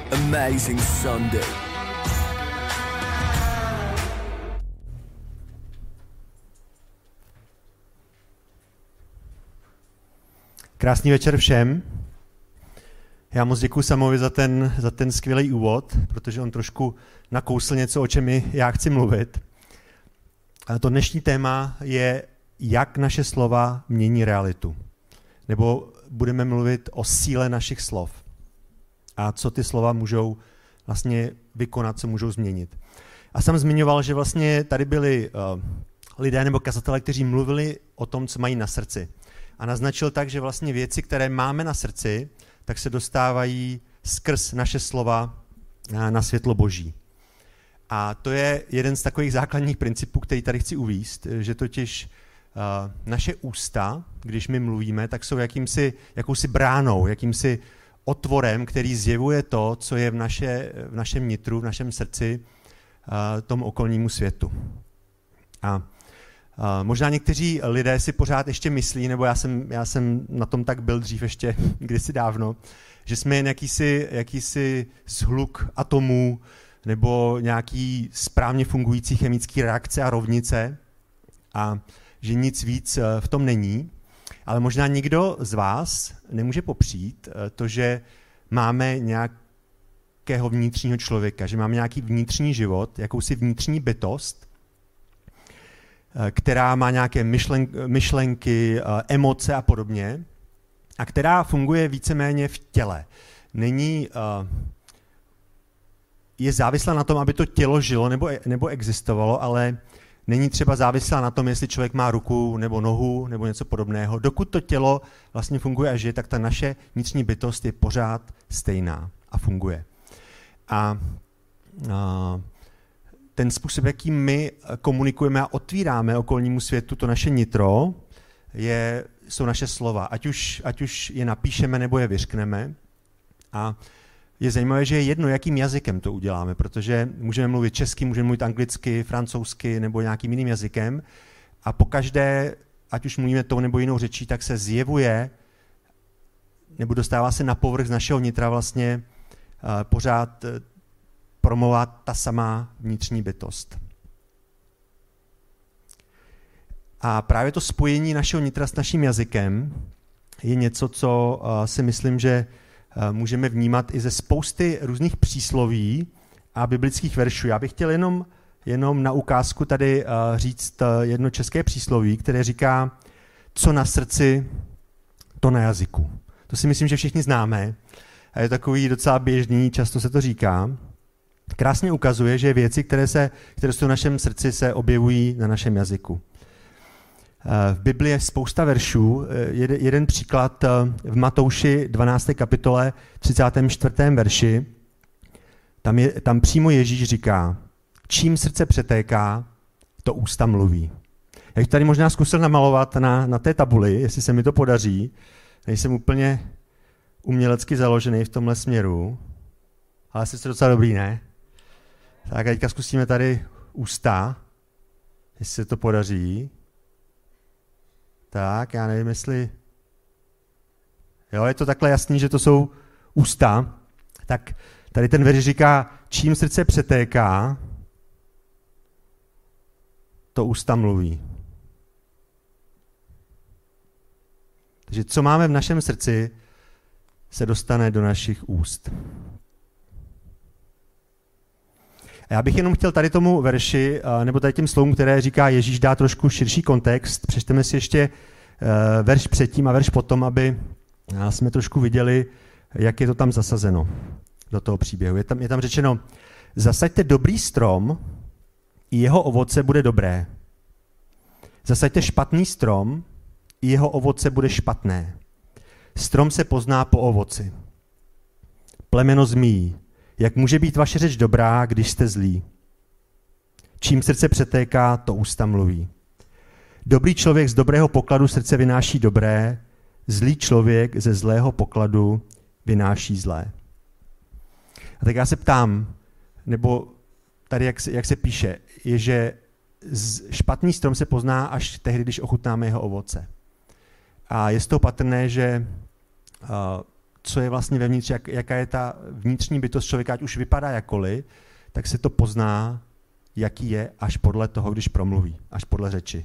amazing Sunday. Krásný večer všem. Já moc děkuji Samovi za ten skvělý úvod, protože on trošku nakousl něco, o čem já chci mluvit. A to dnešní téma je, jak naše slova mění realitu. Nebo budeme mluvit o síle našich slov. A co ty slova můžou vlastně vykonat, co můžou změnit. A jsem zmiňoval, že vlastně tady byli lidé nebo kazatelé, kteří mluvili o tom, co mají na srdci. A naznačil tak, že vlastně věci, které máme na srdci, tak se dostávají skrz naše slova na světlo Boží. A to je jeden z takových základních principů, který tady chci uvést, že totiž naše ústa, když my mluvíme, tak jsou jakousi bránou, jakýmsi otvorem, který zjevuje to, co je v našem nitru, v našem srdci, tomu okolnímu světu. A možná někteří lidé si pořád ještě myslí, nebo já jsem na tom tak byl dřív ještě kdysi dávno, že jsme jen jakýsi shluk atomů nebo nějaký správně fungující chemický reakce a rovnice a že nic víc v tom není. Ale možná nikdo z vás nemůže popřít to, že máme nějakého vnitřního člověka, že máme nějaký vnitřní život, jakousi vnitřní bytost, která má nějaké myšlenky, emoce a podobně, a která funguje víceméně v těle. Je závislá na tom, aby to tělo žilo nebo existovalo, ale není třeba závislá na tom, jestli člověk má ruku nebo nohu nebo něco podobného. Dokud to tělo vlastně funguje a žije, tak ta naše vnitřní bytost je pořád stejná a funguje. A ten způsob, jakým my komunikujeme a otvíráme okolnímu světu to naše nitro, jsou naše slova. Ať už je napíšeme, nebo je vyřkneme. A je zajímavé, že je jedno, jakým jazykem to uděláme, protože můžeme mluvit česky, můžeme mluvit anglicky, francouzsky nebo nějakým jiným jazykem. A pokaždé, ať už mluvíme tou nebo jinou řečí, tak se zjevuje, nebo dostává se na povrch z našeho nitra vlastně pořád promlouvat ta samá vnitřní bytost. A právě to spojení našeho nitra s naším jazykem je něco, co si myslím, že můžeme vnímat i ze spousty různých přísloví a biblických veršů. Já bych chtěl jenom na ukázku tady říct jedno české přísloví, které říká, co na srdci, to na jazyku. To si myslím, že všichni známe a je takový docela běžný, často se to říká. Krásně ukazuje, že věci, které jsou v našem srdci, se objevují na našem jazyku. V Biblii je spousta veršů. Jeden příklad v Matouši 12. kapitole 34. verši. Tam přímo Ježíš říká, čím srdce přetéká, to ústa mluví. Já bych tady možná zkusil namalovat na té tabuli, jestli se mi to podaří. Nejsem úplně umělecky založený v tomhle směru, ale jste docela dobrý, ne? Tak a teďka zkusíme tady ústa, jestli se to podaří. Tak, já nevím, jestli... Jo, je to takhle jasný, že to jsou ústa. Tak tady ten verš říká, čím srdce přetéká, to ústa mluví. Takže co máme v našem srdci, se dostane do našich úst. A já bych jenom chtěl tady tomu verši, nebo tady těm slovům, které říká Ježíš, dá trošku širší kontext. Přečteme si ještě verš předtím a verš potom, aby jsme trošku viděli, jak je to tam zasazeno do toho příběhu. Je tam řečeno, zasaďte dobrý strom, i jeho ovoce bude dobré. Zasaďte špatný strom, i jeho ovoce bude špatné. Strom se pozná po ovoci. Plemeno zmíjí. Jak může být vaše řeč dobrá, když jste zlí? Čím srdce přetéká, to ústa mluví. Dobrý člověk z dobrého pokladu srdce vynáší dobré, zlý člověk ze zlého pokladu vynáší zlé. A tak já se ptám, nebo tady jak se píše, je, že špatný strom se pozná až tehdy, když ochutnáme jeho ovoce. A je z toho patrné, že co je vlastně vevnitř, jaká je ta vnitřní bytost člověka, ať už vypadá jakkoliv, tak se to pozná, jaký je, až podle toho, když promluví, až podle řeči.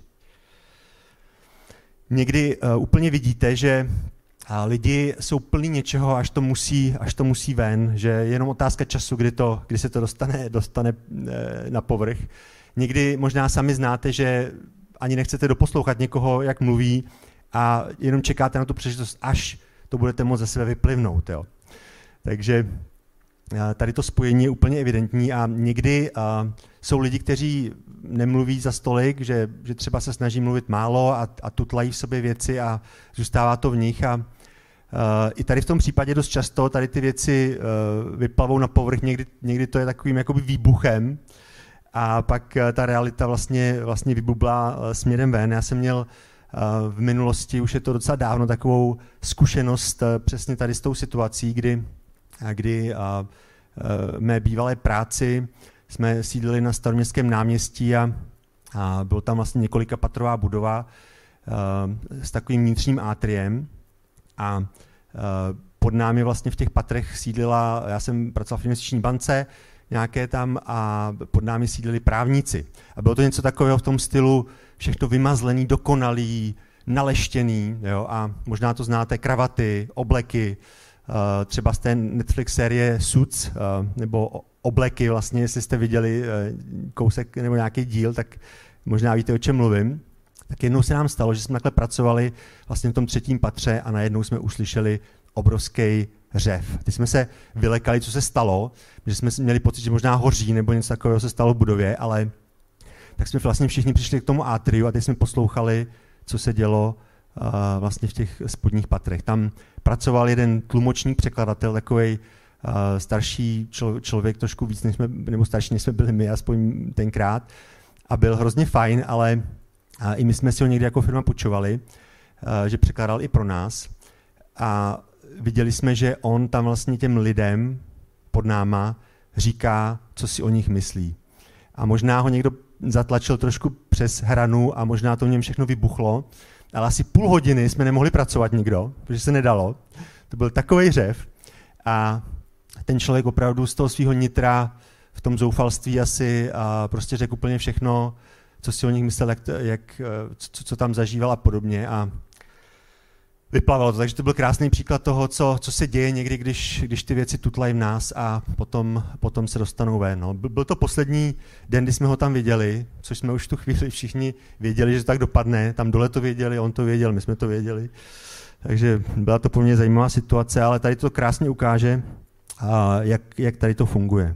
Někdy úplně vidíte, že lidi jsou plní něčeho, až to musí ven, že je jenom otázka času, kdy se to dostane na povrch. Někdy možná sami znáte, že ani nechcete doposlouchat někoho, jak mluví, a jenom čekáte na tu příležitost, až to budete moct ze sebe vyplivnout. Jo. Takže tady to spojení je úplně evidentní a někdy jsou lidi, kteří nemluví za stolik, že třeba se snaží mluvit málo a tutlají v sobě věci a zůstává to v nich. A i tady v tom případě dost často tady ty věci vyplavou na povrch, někdy to je takovým jakoby výbuchem a pak ta realita vlastně vybublá směrem ven. Já jsem měl v minulosti, už je to docela dávno, takovou zkušenost přesně tady s tou situací, kdy mé bývalé práci jsme sídlili na Staroměstském náměstí a bylo tam vlastně několikapatrová budova s takovým vnitřním átriem a pod námi vlastně v těch patrech sídlila, já jsem pracoval v investiční bance nějaké tam a pod námi sídlili právníci. A bylo to něco takového v tom stylu všechno vymazlený, dokonalý, naleštěný, jo, a možná to znáte, kravaty, obleky, třeba z té Netflix série Suits, nebo Obleky, vlastně, jestli jste viděli kousek nebo nějaký díl, tak možná víte, o čem mluvím. Tak jednou se nám stalo, že jsme takhle pracovali vlastně v tom 3. patře a najednou jsme uslyšeli obrovský řev. Teď jsme se vylekali, co se stalo, že jsme měli pocit, že možná hoří nebo něco takového se stalo v budově, ale tak jsme vlastně všichni přišli k tomu atriu a teď jsme poslouchali, co se dělo vlastně v těch spodních patrech. Tam pracoval jeden tlumočník, překladatel, takovej starší člověk, trošku víc, nebo starší, než jsme byli my, aspoň tenkrát, a byl hrozně fajn, ale i my jsme si ho někdy jako firma půjčovali, že překládal i pro nás. A viděli jsme, že on tam vlastně těm lidem pod náma říká, co si o nich myslí. A možná ho někdo zatlačil trošku přes hranu a možná to v něm všechno vybuchlo, ale asi půl hodiny jsme nemohli pracovat nikdo, protože se nedalo. To byl takovej řev a ten člověk opravdu z toho svého nitra v tom zoufalství asi prostě řekl úplně všechno, co si o nich myslel, co tam zažíval a podobně. A vyplavalo to. Takže to byl krásný příklad toho, co se děje někdy, když ty věci tutlají v nás a potom se dostanou ven. No. Byl to poslední den, kdy jsme ho tam viděli, což jsme už v tu chvíli všichni věděli, že to tak dopadne. Tam dole to věděli, on to věděl, my jsme to věděli. Takže byla to pro mě zajímavá situace, ale tady to krásně ukáže, jak tady to funguje.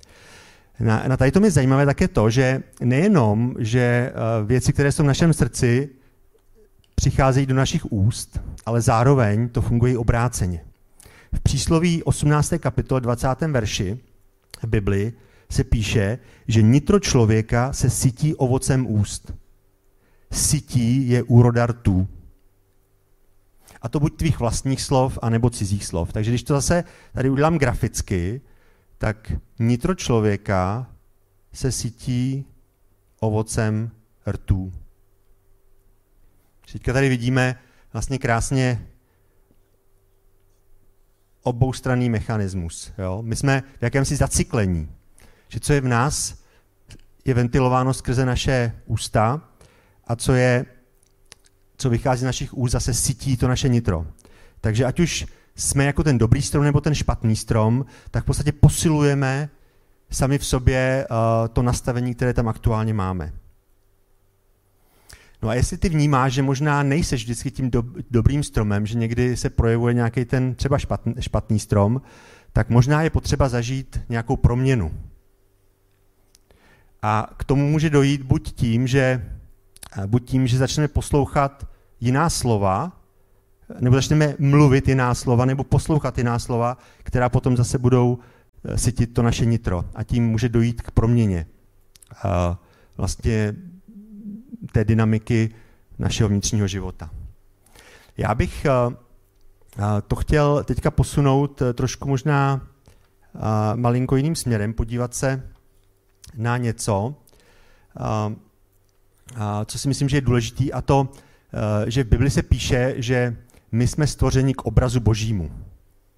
Na tady to je zajímavé také to, že nejenom, že věci, které jsou v našem srdci, přicházejí do našich úst, ale zároveň to funguje obráceně. V přísloví 18. kapitole 20. verši v Biblii se píše, že nitro člověka se sytí ovocem úst. Sytí je úroda rtů. A to buď tvých vlastních slov, anebo cizích slov. Takže když to zase tady udělám graficky, tak nitro člověka se sytí ovocem rtů. Teďka tady vidíme vlastně krásně oboustranný mechanismus. Jo? My jsme v jakémsi zacyklení, že co je v nás, je ventilováno skrze naše ústa a co vychází z našich úst, zase sytí to naše nitro. Takže ať už jsme jako ten dobrý strom nebo ten špatný strom, tak v podstatě posilujeme sami v sobě to nastavení, které tam aktuálně máme. No a jestli ty vnímáš, že možná nejseš vždycky tím dobrým stromem, že někdy se projevuje nějaký ten třeba špatný strom, tak možná je potřeba zažít nějakou proměnu. A k tomu může dojít buď tím, že začneme poslouchat jiná slova, nebo začneme mluvit jiná slova, nebo poslouchat jiná slova, která potom zase budou sytit to naše nitro. A tím může dojít k proměně vlastně té dynamiky našeho vnitřního života. Já bych to chtěl teďka posunout trošku možná malinko jiným směrem, podívat se na něco, co si myslím, že je důležitý, a to, že v Bibli se píše, že my jsme stvořeni k obrazu Božímu.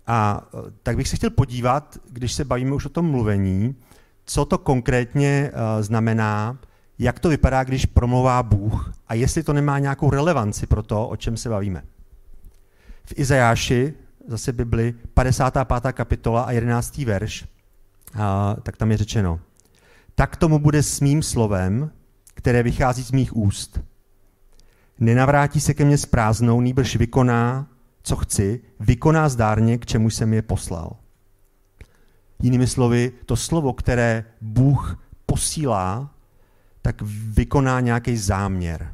A tak bych se chtěl podívat, když se bavíme už o tom mluvení, co to konkrétně znamená, jak to vypadá, když promlouvá Bůh a jestli to nemá nějakou relevanci pro to, o čem se bavíme. V Izajáši, zase Bibli, 55. kapitola a 11. verš, tak tam je řečeno: tak tomu bude s mým slovem, které vychází z mých úst. Nenavrátí se ke mně s prázdnou, nýbrž vykoná, co chci, vykoná zdárně, k čemu jsem je poslal. Jinými slovy, to slovo, které Bůh posílá, tak vykoná nějaký záměr.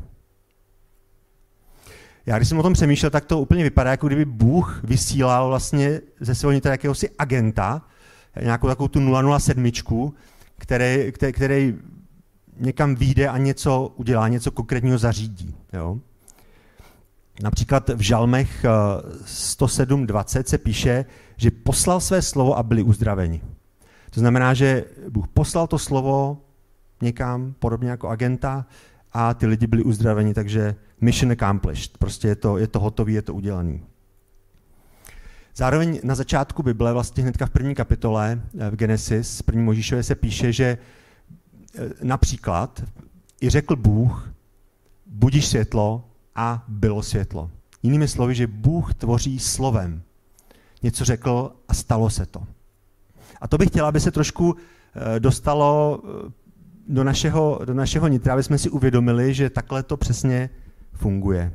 Já když jsem o tom přemýšlel, tak to úplně vypadá, jako kdyby Bůh vysílal vlastně ze svého nitra jakéhosi agenta, nějakou takovou tu 007, který někam vyjde a něco udělá, něco konkrétního zařídí. Jo? Například v Žalmech 107:20 se píše, že poslal své slovo a byli uzdraveni. To znamená, že Bůh poslal to slovo někam, podobně jako agenta, a ty lidi byli uzdraveni, takže mission accomplished. Prostě je to hotový, je to udělaný. Zároveň na začátku Bible, vlastně hnedka v první kapitole v Genesis, v první Mojžíšově se píše, že například i řekl Bůh, budiš světlo, a bylo světlo. Jinými slovy, že Bůh tvoří slovem. Něco řekl a stalo se to. A to bych chtěla, aby se trošku dostalo do našeho nitra, aby jsme si uvědomili, že takhle to přesně funguje.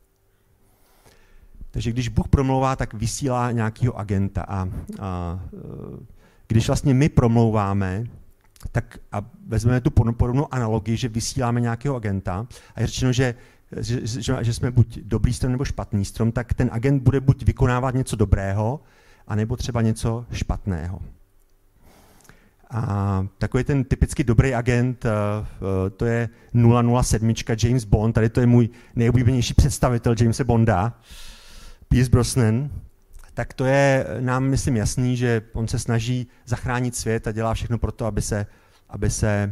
Takže když Bůh promlouvá, tak vysílá nějakého agenta. A když vlastně my promlouváme, tak a vezmeme tu podobnou analogii, že vysíláme nějakého agenta a je řečeno, že jsme buď dobrý strom nebo špatný strom, tak ten agent bude buď vykonávat něco dobrého, anebo třeba něco špatného. A takový ten typicky dobrý agent, to je 007 James Bond, tady to je můj nejoblíbenější představitel Jamese Bonda, Pierce Brosnan, tak to je nám, myslím, jasný, že on se snaží zachránit svět a dělá všechno pro to, aby se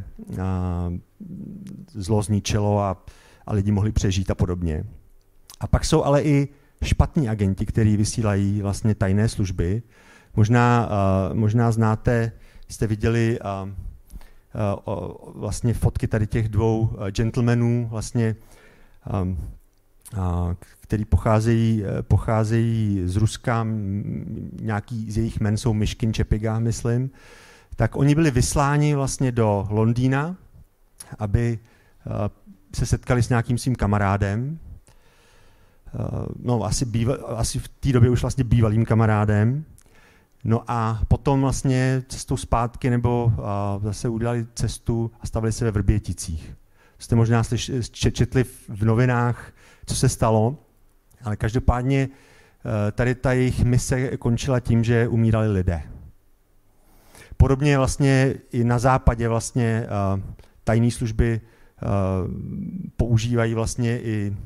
zlo zničilo a lidi mohli přežít a podobně. A pak jsou ale i špatní agenti, kteří vysílají vlastně tajné služby. Možná znáte, jste viděli vlastně fotky tady těch dvou gentlemanů, vlastně, který pocházejí z Ruska, nějaký z jejich jmen jsou Myškin Čepiga, myslím. Tak oni byli vysláni vlastně do Londýna, aby se setkali s nějakým svým kamarádem, asi v té době už vlastně bývalým kamarádem, no a potom vlastně cestou zpátky nebo zase udělali cestu a stavili se ve Vrběticích. Jste možná četli v novinách, co se stalo, ale každopádně tady ta jejich mise končila tím, že umírali lidé. Podobně vlastně i na západě vlastně tajné služby používají vlastně i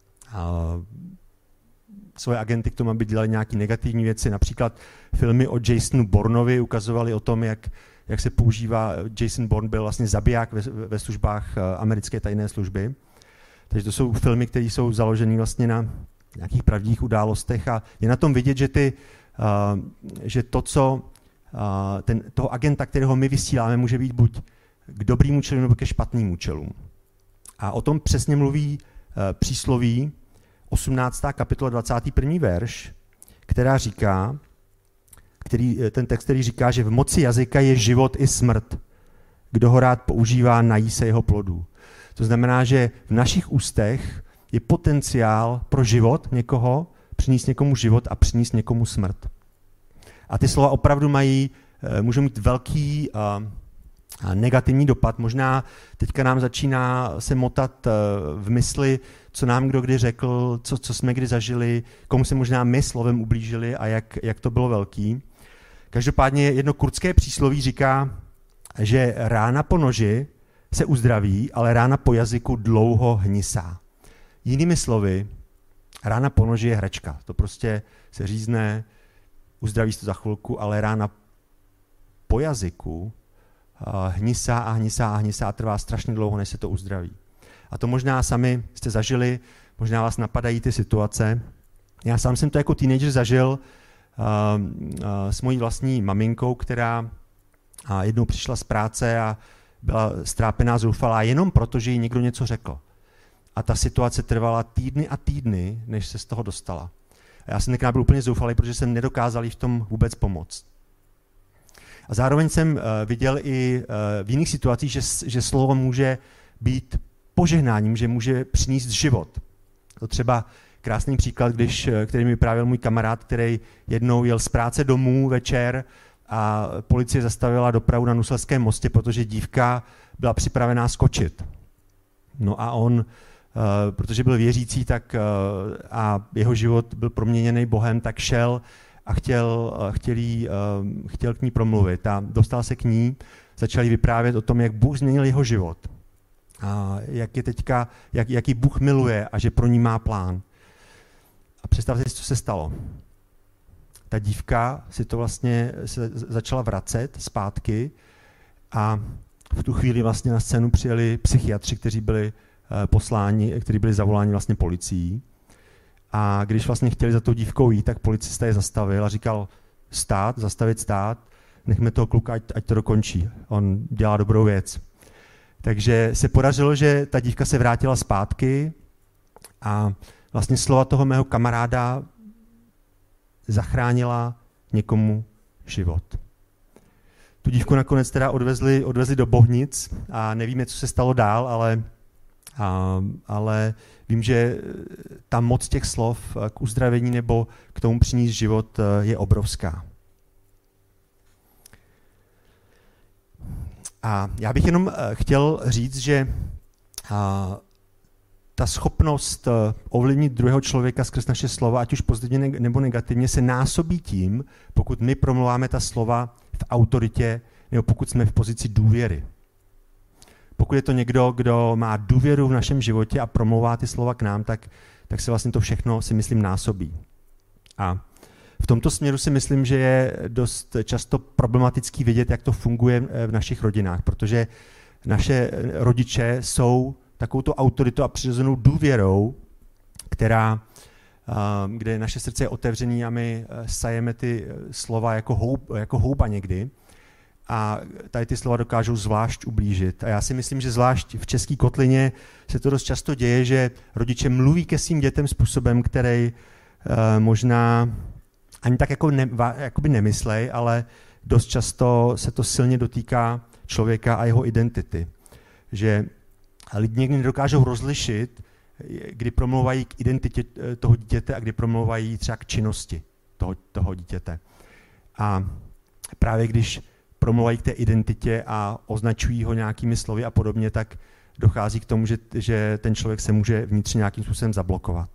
svoje agenty k tomu, aby dělali nějaké negativní věci. Například filmy o Jasonu Bournovi ukazovaly o tom, jak se používá. Jason Bourne byl vlastně zabiják ve službách americké tajné služby. Takže to jsou filmy, které jsou založeny vlastně na nějakých pravdivých událostech a je na tom vidět, že toho agenta, kterého my vysíláme, může být buď k dobrým účelům nebo ke špatným účelům. A o tom přesně mluví přísloví 18. kapitola 21. verš, která říká, ten text, který říká, že v moci jazyka je život i smrt. Kdo ho rád používá, nají se jeho plodů. To znamená, že v našich ústech je potenciál pro život někoho, přinést někomu život a přinést někomu smrt. A ty slova opravdu můžou mít velký negativní dopad. Možná teďka nám začíná se motat v mysli, co nám kdo kdy řekl, co jsme kdy zažili, komu se možná my slovem ublížili a jak to bylo velký. Každopádně jedno kurdské přísloví říká, že rána po noži se uzdraví, ale rána po jazyku dlouho hnisá. Jinými slovy, rána po noži je hračka. To prostě se řízne, uzdraví se to za chvilku, ale rána po jazyku hnisá a hnisá a hnisá a trvá strašně dlouho, než se to uzdraví. A to možná sami jste zažili, možná vás napadají ty situace. Já sám jsem to jako teenager zažil, s mojí vlastní maminkou, která jednou přišla z práce a byla strápená, zoufalá, jenom proto, že jí někdo něco řekl. A ta situace trvala týdny a týdny, než se z toho dostala. A já jsem tenkrát byl úplně zoufalý, protože jsem nedokázal jí v tom vůbec pomoct. A zároveň jsem viděl i v jiných situacích, že slovo může být požehnáním, že může přinést život. To třeba krásný příklad, který mi vyprávěl můj kamarád, který jednou jel z práce domů večer a policie zastavila dopravu na Nuselském mostě, protože dívka byla připravená skočit. No a on, protože byl věřící, a jeho život byl proměněný Bohem, tak šel a chtěl k ní promluvit. A dostal se k ní, začali vyprávět o tom, jak Bůh změnil jeho život. A jak ji Bůh miluje a že pro ní má plán. A představte si, co se stalo. Ta dívka si to vlastně se začala vracet zpátky a v tu chvíli vlastně na scénu přijeli psychiatři, kteří byli zavoláni vlastně policií. A když vlastně chtěli za tou dívkou jít, tak policista je zastavil a říkal zastavit stát, nechme toho kluka, ať to dokončí. On dělá dobrou věc. Takže se podařilo, že ta dívka se vrátila zpátky a vlastně slova toho mého kamaráda zachránila někomu život. Tu dívku nakonec teda odvezli do Bohnic a nevíme, co se stalo dál, ale vím, že ta moc těch slov k uzdravení nebo k tomu přinést život je obrovská. A já bych jenom chtěl říct, že ta schopnost ovlivnit druhého člověka skrz naše slova, ať už pozitivně nebo negativně, se násobí tím, pokud my promluváme ta slova v autoritě nebo pokud jsme v pozici důvěry. Pokud je to někdo, kdo má důvěru v našem životě a promlouvá ty slova k nám, tak se vlastně to všechno, si myslím, násobí. A v tomto směru si myslím, že je dost často problematický vidět, jak to funguje v našich rodinách, protože naše rodiče jsou takovouto autoritou a přirozenou důvěrou, kde naše srdce je otevřené a my sajeme ty slova jako houba někdy. A tady ty slova dokážou zvlášť ublížit. A já si myslím, že zvlášť v české kotlině se to dost často děje, že rodiče mluví ke svým dětem způsobem, který možná ani tak jakoby nemyslej, ale dost často se to silně dotýká člověka a jeho identity. Že lidi někdy nedokážou rozlišit, kdy promlouvají k identitě toho dítěte a kdy promlouvají třeba k činnosti toho dítěte. A právě když promlouvají k té identitě a označují ho nějakými slovy a podobně, tak dochází k tomu, že ten člověk se může vnitřně nějakým způsobem zablokovat.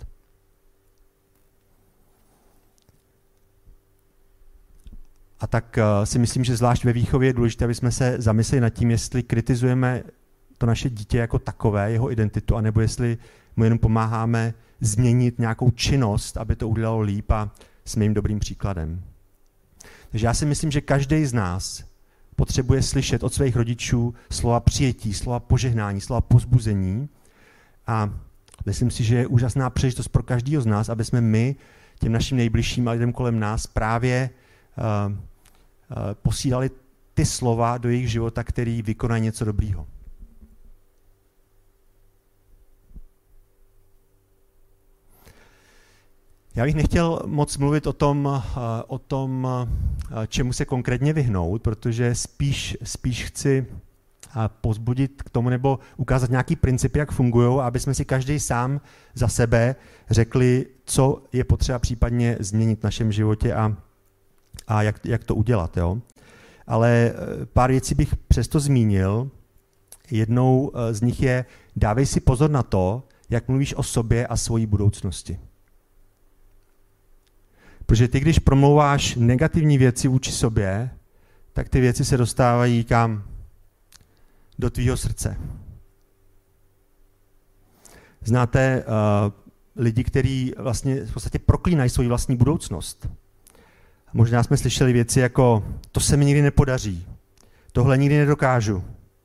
A tak si myslím, že zvlášť ve výchově je důležité, aby jsme se zamysleli nad tím, jestli kritizujeme to naše dítě jako takové, jeho identitu, anebo jestli mu jenom pomáháme změnit nějakou činnost, aby to udělalo líp a jsme jim dobrým příkladem. Takže já si myslím, že každý z nás potřebuje slyšet od svých rodičů slova přijetí, slova požehnání, slova povzbuzení a myslím si, že je úžasná příležitost pro každého z nás, aby jsme my těm našim nejbližším a lidem kolem nás právě posílali ty slova do jejich života, který vykonají něco dobrýho. Já bych nechtěl moc mluvit o tom, čemu se konkrétně vyhnout, protože spíš chci povzbudit k tomu nebo ukázat nějaký principy, jak fungují, aby jsme si každý sám za sebe řekli, co je potřeba případně změnit v našem životě a jak to udělat. Jo? Ale pár věcí bych přesto zmínil. Jednou z nich je, dávej si pozor na to, jak mluvíš o sobě a svojí budoucnosti. Protože ty, když promlouváš negativní věci vůči sobě, tak ty věci se dostávají kam? Do tvýho srdce. Znáte lidi, kteří vlastně v podstatě proklínají svoji vlastní budoucnost. Možná jsme slyšeli věci jako, to se mi nikdy nepodaří, tohle nikdy nedokážu.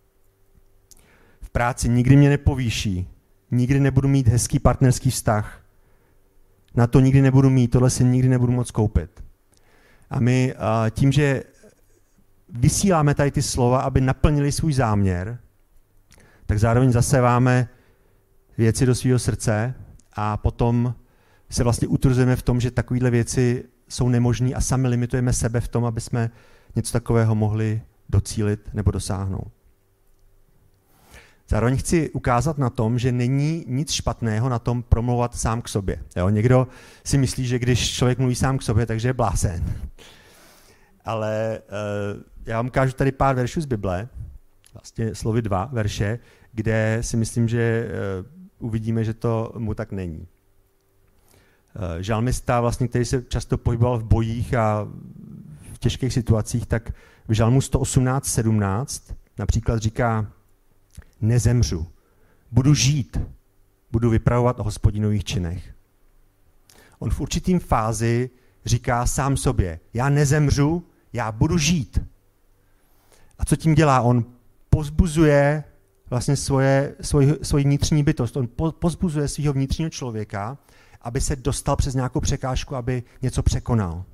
V práci nikdy mě nepovýší, nikdy nebudu mít hezký partnerský vztah. Na to nikdy nebudu mít, tohle si nikdy nebudu moc koupit. A my tím, že vysíláme tady ty slova, aby naplnili svůj záměr, tak zároveň zaseváme věci do svého srdce a potom se vlastně utvrzujeme v tom, že takovéhle věci jsou nemožné a sami limitujeme sebe v tom, aby jsme něco takového mohli docílit nebo dosáhnout. Zároveň chci ukázat na tom, že není nic špatného na tom promlouvat sám k sobě. Jo? Někdo si myslí, že když člověk mluví sám k sobě, takže je blázen. Ale já vám ukážu tady pár veršů z Bible, vlastně slovy 2 verše, kde si myslím, že uvidíme, že to mu tak není. Žalmista, vlastně, který se často pohyboval v bojích a v těžkých situacích, tak v žalmu 118:17 například říká: nezemřu, budu žít, budu vypravovat o Hospodinových činech. On v určitým fázi říká sám sobě: já nezemřu, já budu žít. A co tím dělá? On pozbuzuje vlastně svoji vnitřní bytost. On pozbuzuje svého vnitřního člověka, aby se dostal přes nějakou překážku, aby něco překonal.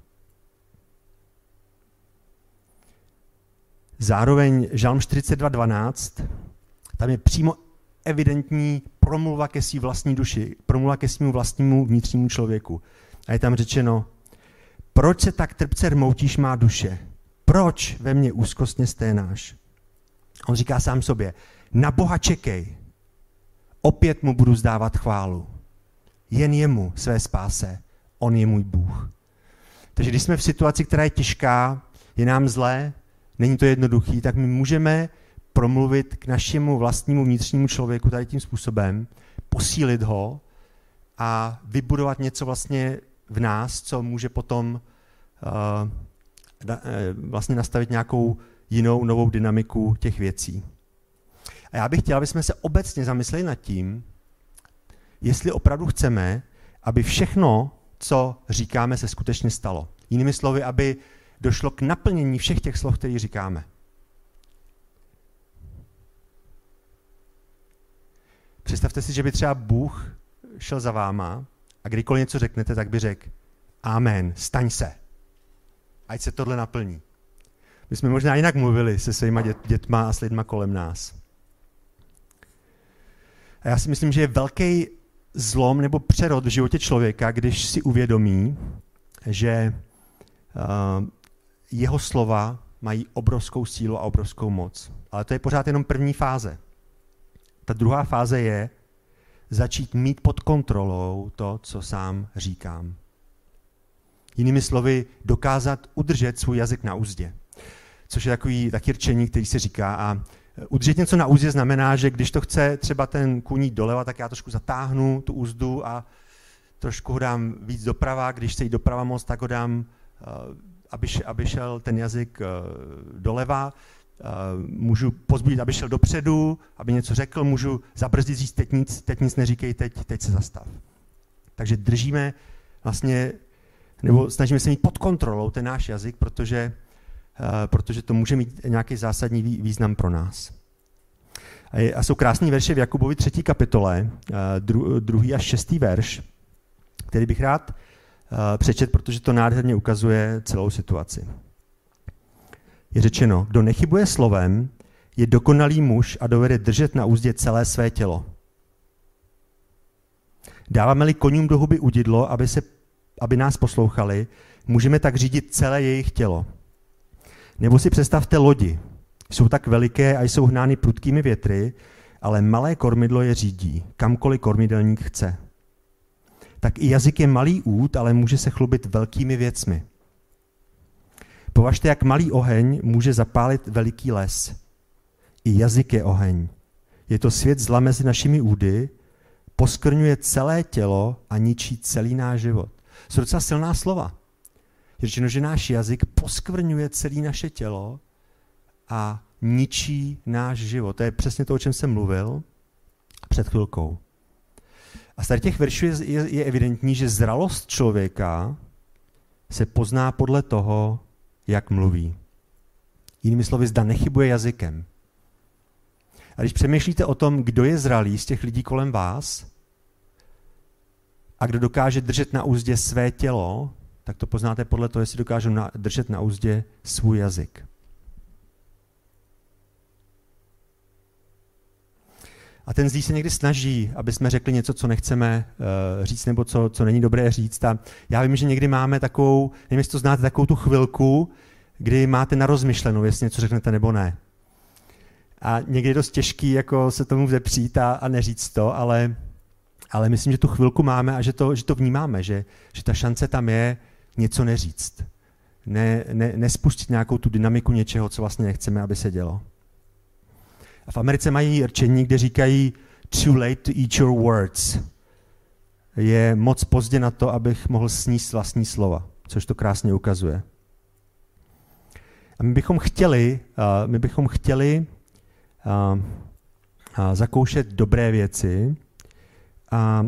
Zároveň žalm 42:12, tam je přímo evidentní promluva ke své vlastní duši, promluva ke svému vlastnímu vnitřnímu člověku. A je tam řečeno: proč se tak trpce rmoutíš, má duše? Proč ve mně úzkostně sténáš? On říká sám sobě: na Boha čekej, opět mu budu vzdávat chválu. Jen jemu své spáse, on je můj Bůh. Takže když jsme v situaci, která je těžká, je nám zlé, není to jednoduchý, tak my můžeme promluvit k našemu vlastnímu vnitřnímu člověku tady tím způsobem, posílit ho a vybudovat něco vlastně v nás, co může potom vlastně nastavit nějakou jinou, novou dynamiku těch věcí. A já bych chtěl, aby jsme se obecně zamysleli nad tím, jestli opravdu chceme, aby všechno, co říkáme, se skutečně stalo. Jinými slovy, aby došlo k naplnění všech těch slov, které říkáme. Představte si, že by třeba Bůh šel za váma a kdykoliv něco řeknete, tak by řekl: amen, staň se. Ať se tohle naplní. My jsme možná jinak mluvili se svýma dětma a s lidma kolem nás. A já si myslím, že je velký zlom nebo přerod v životě člověka, když si uvědomí, že jeho slova mají obrovskou sílu a obrovskou moc. Ale to je pořád jenom první fáze. Ta druhá fáze je začít mít pod kontrolou to, co sám říkám. Jinými slovy, dokázat udržet svůj jazyk na uzdě. Což je taky rčení, který se říká. A udržet něco na úzdě znamená, že když to chce třeba ten kůň jít doleva, tak já trošku zatáhnu tu úzdu a trošku ho dám víc doprava. Když se jít doprava moc, tak ho dám, aby šel ten jazyk doleva. Můžu pozbudit, aby šel dopředu, aby něco řekl, můžu zabrzdit, říct teď nic neříkej, teď se zastav. Takže držíme vlastně, nebo snažíme se mít pod kontrolou ten náš jazyk, protože to může mít nějaký zásadní význam pro nás. A jsou krásný verše v Jakubovi 3. kapitole, 2. až 6. verš, který bych rád přečet, protože to nádherně ukazuje celou situaci. Je řečeno: kdo nechybuje slovem, je dokonalý muž a dovede držet na úzdě celé své tělo. Dáváme-li koňům do huby udidlo, aby nás poslouchali, můžeme tak řídit celé jejich tělo. Nebo si představte lodi. Jsou tak veliké a jsou hnány prudkými větry, ale malé kormidlo je řídí, kamkoliv kormidelník chce. Tak i jazyk je malý út, ale může se chlubit velkými věcmi. Považte, jak malý oheň může zapálit veliký les. I jazyk je oheň. Je to svět zla mezi našimi údy, poskrňuje celé tělo a ničí celý náš život. Jsou docela silná slova. Je řečeno, že náš jazyk poskvrňuje celé naše tělo a ničí náš život. To je přesně to, o čem jsem mluvil před chvilkou. A z tady těch veršů je evidentní, že zralost člověka se pozná podle toho, jak mluví. Jinými slovy, zda nechybuje jazykem. A když přemýšlíte o tom, kdo je zralý z těch lidí kolem vás a kdo dokáže držet na úzdě své tělo, tak to poznáte podle toho, jestli dokážu držet na uzdě svůj jazyk. A ten zlý se někdy snaží, aby jsme řekli něco, co nechceme říct, nebo co není dobré říct. A já vím, že někdy máme takovou, nevím, jestli to znáte, takovou tu chvilku, kdy máte na rozmyšlenou, jestli něco řeknete nebo ne. A někdy je dost těžký jako se tomu vzepřít a neříct to, ale myslím, že tu chvilku máme a že to vnímáme, že ta šance tam je něco neříct. Nespustit nějakou tu dynamiku něčeho, co vlastně nechceme, aby se dělo. A v Americe mají rčení, kde říkají too late to eat your words. Je moc pozdě na to, abych mohl sníst vlastní slova, což to krásně ukazuje. A my bychom chtěli zakoušet dobré věci a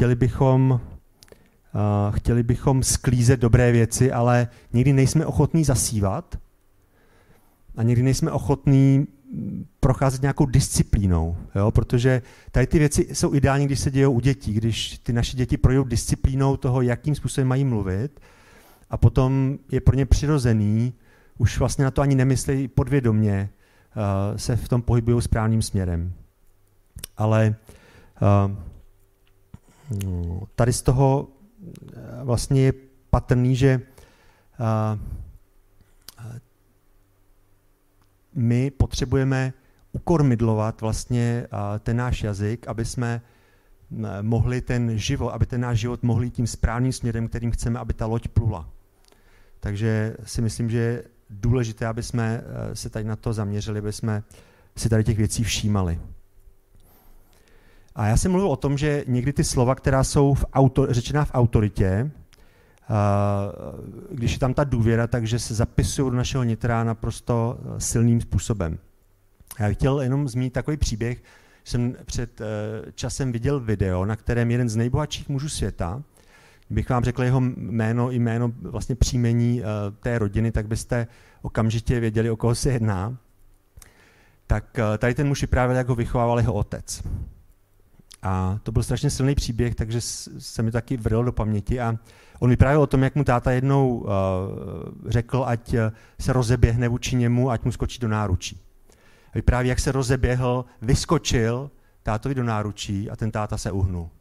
chtěli bychom sklízet dobré věci, ale někdy nejsme ochotní zasívat a někdy nejsme ochotní procházet nějakou disciplínou, jo? Protože tady ty věci jsou ideální, když se dějou u dětí, když ty naše děti projdou disciplínou toho, jakým způsobem mají mluvit a potom je pro ně přirozený, už vlastně na to ani nemyslejí podvědomě, se v tom pohybují správným směrem. Ale tady z toho vlastně je patrný, že my potřebujeme ukormidlovat vlastně ten náš jazyk, aby jsme mohli aby ten náš život mohl jít tím správným směrem, kterým chceme, aby ta loď plula. Takže si myslím, že je důležité, aby jsme se tady na to zaměřili, aby jsme si tady těch věcí všímali. A já jsem mluvil o tom, že někdy ty slova, která jsou řečená v autoritě, když je tam ta důvěra, takže se zapisují do našeho nitra naprosto silným způsobem. Já bych chtěl jenom zmínit takový příběh. Jsem před časem viděl video, na kterém jeden z nejbohatších mužů světa, kdybych vám řekl jeho jméno i jméno vlastně příjmení té rodiny, tak byste okamžitě věděli, o koho se jedná. Tak tady ten muž vyprávěl, jak ho vychovával jeho otec. A to byl strašně silný příběh, takže se mi taky vril do paměti. A on vyprávěl o tom, jak mu táta jednou řekl, ať se rozeběhne vůči němu, ať mu skočí do náručí. A vypráví, jak se rozeběhl, vyskočil tátovi do náručí a ten táta se uhnul.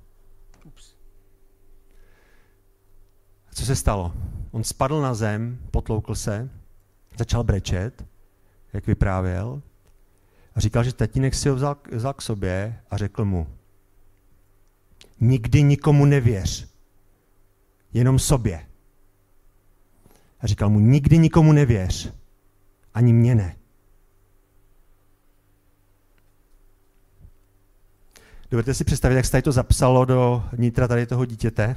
Co se stalo? On spadl na zem, potloukl se, začal brečet, jak vyprávěl, a říkal, že tatínek si ho vzal k sobě a řekl mu: nikdy nikomu nevěř, jenom sobě. A říkal mu: nikdy nikomu nevěř, ani mě ne. Dovedete si představit, jak se tady to zapsalo do nitra tady toho dítěte?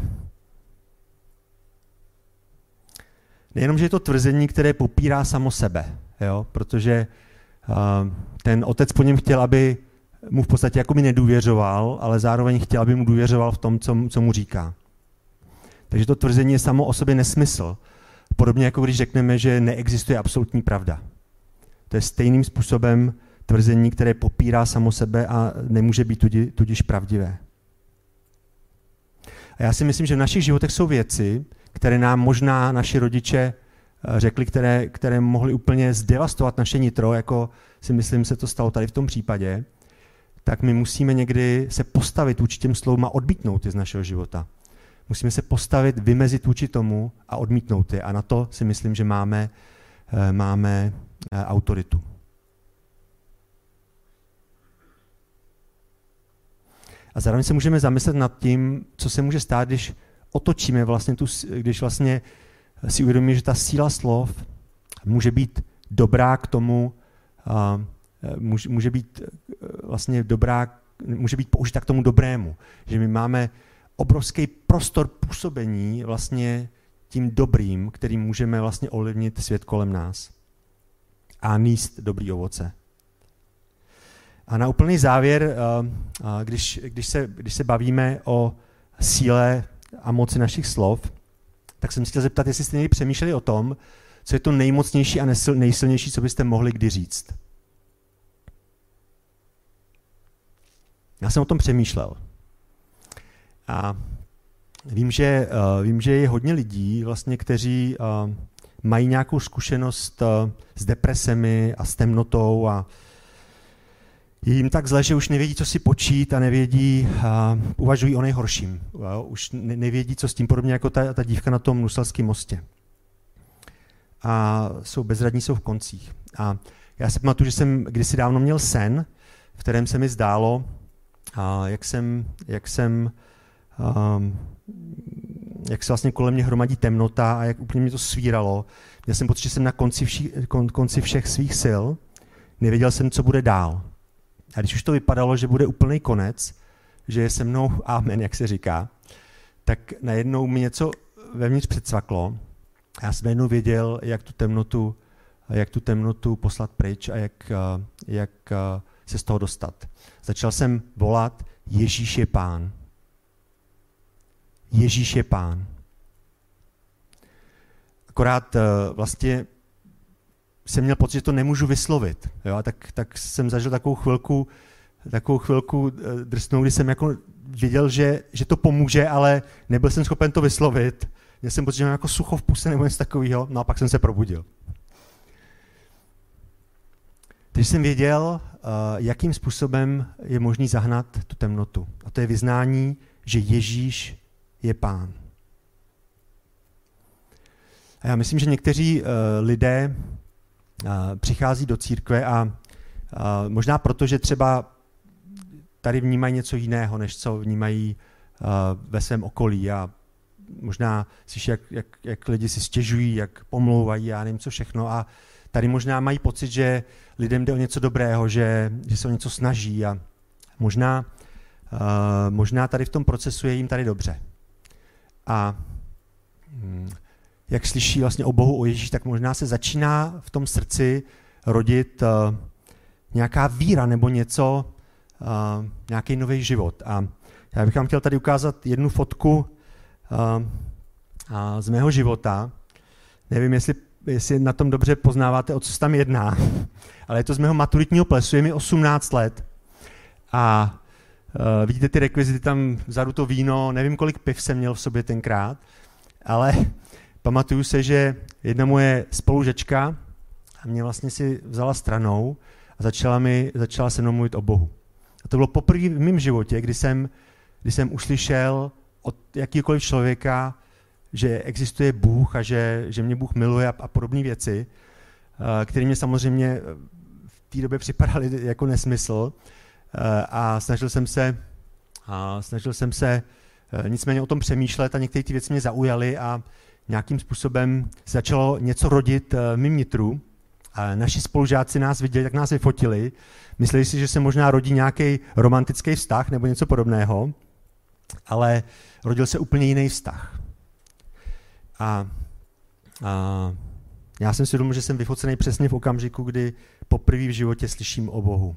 Nejenom, že je to tvrzení, které popírá samo sebe, jo? Protože ten otec po něm chtěl, aby mu v podstatě jakoby nedůvěřoval, ale zároveň chtěl, aby mu důvěřoval v tom, co mu říká. Takže to tvrzení je samo o sobě nesmysl. Podobně jako když řekneme, že neexistuje absolutní pravda. To je stejným způsobem tvrzení, které popírá samo sebe a nemůže být tudíž pravdivé. A já si myslím, že v našich životech jsou věci, které nám možná naši rodiče řekli, které mohly úplně zdevastovat naše nitro, jako si myslím, se to stalo tady v tom případě, tak my musíme někdy se postavit vůči těm slovům a odmítnout je z našeho života. Musíme se postavit, vymezit vůči tomu a odmítnout je. A na to si myslím, že máme autoritu. A zároveň se můžeme zamyslet nad tím, co se může stát, když otočíme vlastně když vlastně si uvědomíme, že ta síla slov může být dobrá k tomu, může být vlastně dobrá, může být použita k tomu dobrému. Že my máme obrovský prostor působení vlastně tím dobrým, kterým můžeme vlastně ovlivnit svět kolem nás a nést dobrý ovoce. A na úplný závěr, když se bavíme o síle a moci našich slov, tak jsem si chtěl zeptat, jestli jste někdy přemýšleli o tom, co je to nejmocnější a nejsilnější, co byste mohli kdy říct. Já jsem o tom přemýšlel. A Vím, že je hodně lidí, vlastně, kteří mají nějakou zkušenost s depresemi a s temnotou a je jim tak zle, že už nevědí, co si počít a nevědí, uvažují o nejhorším. Už nevědí, co s tím, podobně jako ta dívka na tom Nuselském mostě. A jsou bezradní, jsou v koncích. A já si pamatuju, že jsem kdysi dávno měl sen, v kterém se mi zdálo, jak se vlastně kolem mě hromadí temnota a jak úplně mě to svíralo. Měl jsem pocit, že jsem na konci všech svých sil, nevěděl jsem, co bude dál. A když už to vypadalo, že bude úplný konec, že je se mnou amen, jak se říká, tak najednou mi něco vevnitř předsvaklo. A já jsem najednou věděl, jak tu temnotu poslat pryč a jak se z toho dostat. Začal jsem volat: Ježíš je Pán. Ježíš je Pán. Akorát vlastně jsem měl pocit, že to nemůžu vyslovit. Jo? A tak jsem zažil takovou chvilku drsnou, kdy jsem jako věděl, že to pomůže, ale nebyl jsem schopen to vyslovit. Měl jsem pocit, že mám jako sucho v puse nebo něco takového, no a pak jsem se probudil. Takže jsem věděl, jakým způsobem je možný zahnat tu temnotu. A to je vyznání, že Ježíš je Pán. A já myslím, že někteří lidé přichází do církve a možná proto, že třeba tady vnímají něco jiného, než co vnímají ve svém okolí. A možná slyší, jak lidi si stěžují, jak pomlouvají, já nevím co všechno. A tady možná mají pocit, že lidem jde o něco dobrého, že se o něco snaží a možná tady v tom procesu je jim tady dobře. A jak slyší vlastně o Bohu, o Ježíši, tak možná se začíná v tom srdci rodit nějaká víra nebo něco, nějaký nový život. A já bych vám chtěl tady ukázat jednu fotku z mého života. Nevím, jestli na tom dobře poznáváte, o co se tam jedná, ale je to z mého maturitního plesu, je mi 18 let. A vidíte ty rekvizity tam vzadu, to víno, nevím, kolik piv jsem měl v sobě tenkrát, ale pamatuju se, že jedna moje spolužečka mě vlastně si vzala stranou a začala se mnou mluvit o Bohu. A to bylo poprvé v mém životě, kdy jsem uslyšel od jakýkoliv člověka, že existuje Bůh a že mě Bůh miluje a podobné věci, které mě samozřejmě v té době připadaly jako nesmysl. A snažil jsem se nicméně o tom přemýšlet a některé ty věci mě zaujaly a nějakým způsobem se začalo něco rodit v mým nitru. A naši spolužáci nás viděli, tak nás vyfotili. Mysleli si, že se možná rodí nějaký romantický vztah nebo něco podobného, ale rodil se úplně jiný vztah. A já jsem si uvědomil, že jsem vyfocený přesně v okamžiku, kdy poprvé v životě slyším o Bohu.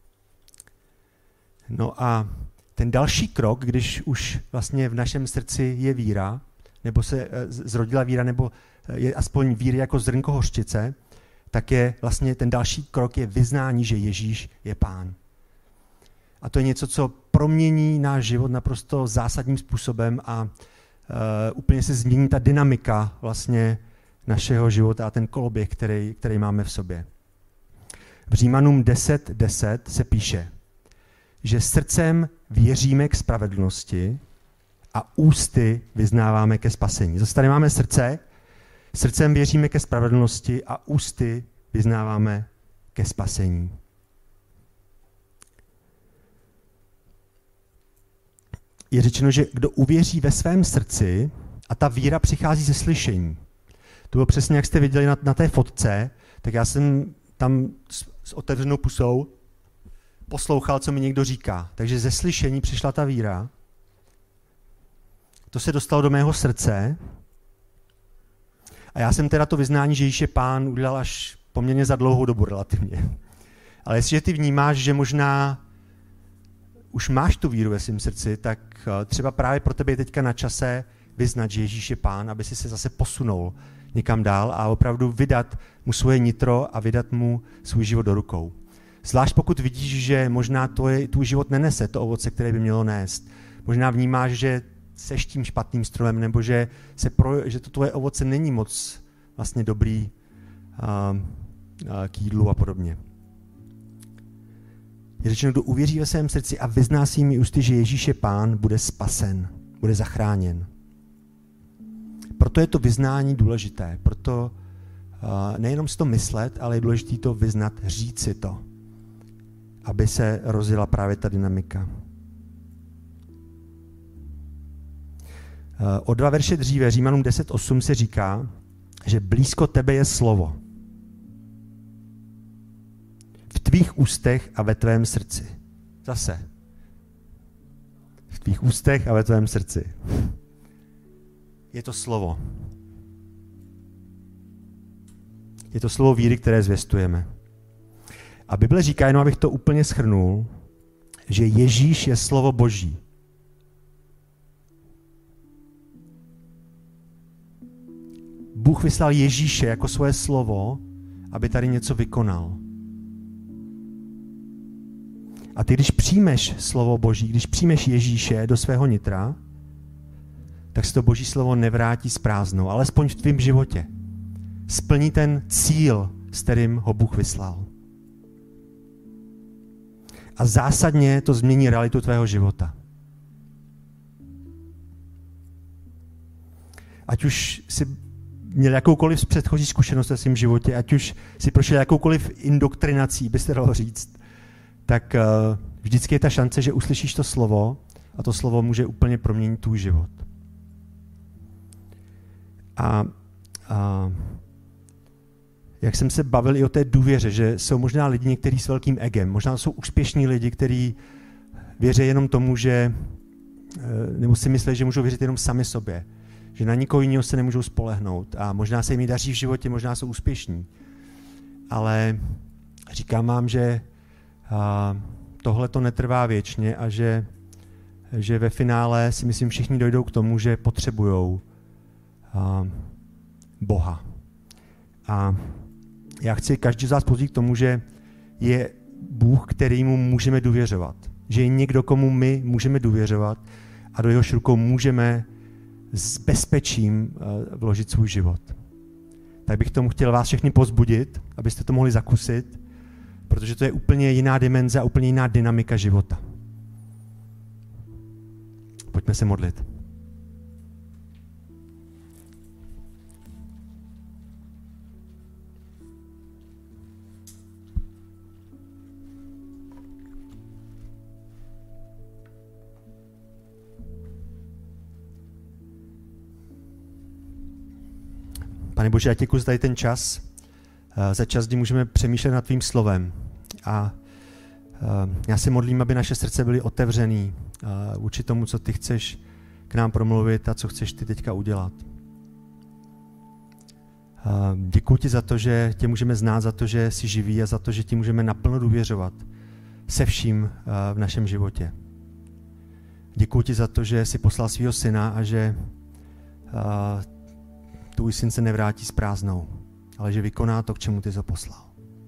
No a ten další krok, když už vlastně v našem srdci je víra, nebo se zrodila víra, nebo je aspoň víry jako zrnko hořčice, tak je vlastně ten další krok je vyznání, že Ježíš je Pán. A to je něco, co promění náš život naprosto zásadním způsobem a úplně se změní ta dynamika vlastně našeho života a ten koloběh, který máme v sobě. V Římanům 10:10 se píše, že srdcem věříme k spravedlnosti a ústy vyznáváme ke spasení. Zase tady máme srdcem věříme ke spravedlnosti a ústy vyznáváme ke spasení. Je řečeno, že kdo uvěří ve svém srdci, a ta víra přichází ze slyšení. To bylo přesně, jak jste viděli na té fotce, tak já jsem tam s otevřenou pusou poslouchal, co mi někdo říká. Takže ze slyšení přišla ta víra. To se dostalo do mého srdce. A já jsem teda to vyznání, že Ježíš je Pán, udělal až poměrně za dlouhou dobu relativně. Ale jestliže ty vnímáš, že možná už máš tu víru ve svém srdci, tak třeba právě pro tebe je teďka na čase vyznat, že Ježíš je Pán, aby si se zase posunul někam dál a opravdu vydat mu svoje nitro a vydat mu svůj život do rukou. Zvlášť pokud vidíš, že možná tvůj život nenese to ovoce, které by mělo nést. Možná vnímáš, že seš tím špatným stromem, nebo že to tvoje ovoce není moc vlastně dobrý k jídlu a podobně. Je řečeno, kdo uvěří ve svém srdci a vyzná svými ústy, že Ježíš je Pán, bude spasen, bude zachráněn. Proto je to vyznání důležité. Proto nejenom si to myslet, ale je důležité to vyznat, říct si to, aby se rozjela právě ta dynamika. O 2 verše dříve, Římanům 10:8 se říká, že blízko tebe je slovo. V tvých ústech a ve tvém srdci. Zase. V tvých ústech a ve tvém srdci. Je to slovo. Je to slovo víry, které zvěstujeme. A Bible říká, jenom abych to úplně shrnul, že Ježíš je slovo Boží. Bůh vyslal Ježíše jako svoje slovo, aby tady něco vykonal. A ty, když přijmeš slovo Boží, když přijmeš Ježíše do svého nitra, tak se to Boží slovo nevrátí s prázdnou, alespoň v tvém životě. Splní ten cíl, s kterým ho Bůh vyslal. A zásadně to změní realitu tvého života. Ať už si měl jakoukoliv předchozí zkušenost ve svém životě, ať už si prošel jakoukoliv indoktrinací, byste dalo říct, tak vždycky je ta šance, že uslyšíš to slovo a to slovo může úplně proměnit tvůj život. A jak jsem se bavil i o té důvěře, že jsou možná lidi někteří s velkým egem, možná jsou úspěšní lidi, kteří věří jenom tomu, že nebo si myslí, že můžou věřit jenom sami sobě, že na nikoho jiného se nemůžou spolehnout a možná se jim daří v životě, možná jsou úspěšní. Ale říkám vám, že tohle to netrvá věčně a že ve finále si myslím všichni dojdou k tomu, že potřebujou Boha. A já chci každý z vás pozvat k tomu, že je Bůh, kterýmu můžeme důvěřovat. Že je někdo, komu my můžeme důvěřovat a do jehož rukou můžeme s bezpečím vložit svůj život. Tak bych tomu chtěl vás všechny povzbudit, abyste to mohli zakusit, protože to je úplně jiná dimenze a úplně jiná dynamika života. Pojďme se modlit. Pane Bože, já děkuji za tady ten čas, za čas, kdy můžeme přemýšlet nad tvým slovem. A já se modlím, aby naše srdce byly otevřený vůči tomu, co ty chceš k nám promluvit a co chceš ty teďka udělat. Děkuji ti za to, že tě můžeme znát, za to, že jsi živý a za to, že ti můžeme naplno důvěřovat se vším v našem životě. Děkuji ti za to, že jsi poslal svého syna a že tvůj syn se nevrátí s prázdnou, ale že vykoná to, k čemu ty jsi ho poslal.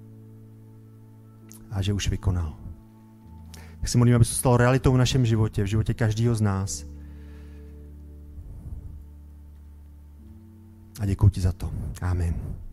A že už vykonal. Tak se modlím, aby se to stalo realitou v našem životě, v životě každého z nás. A děkuji ti za to. Amen.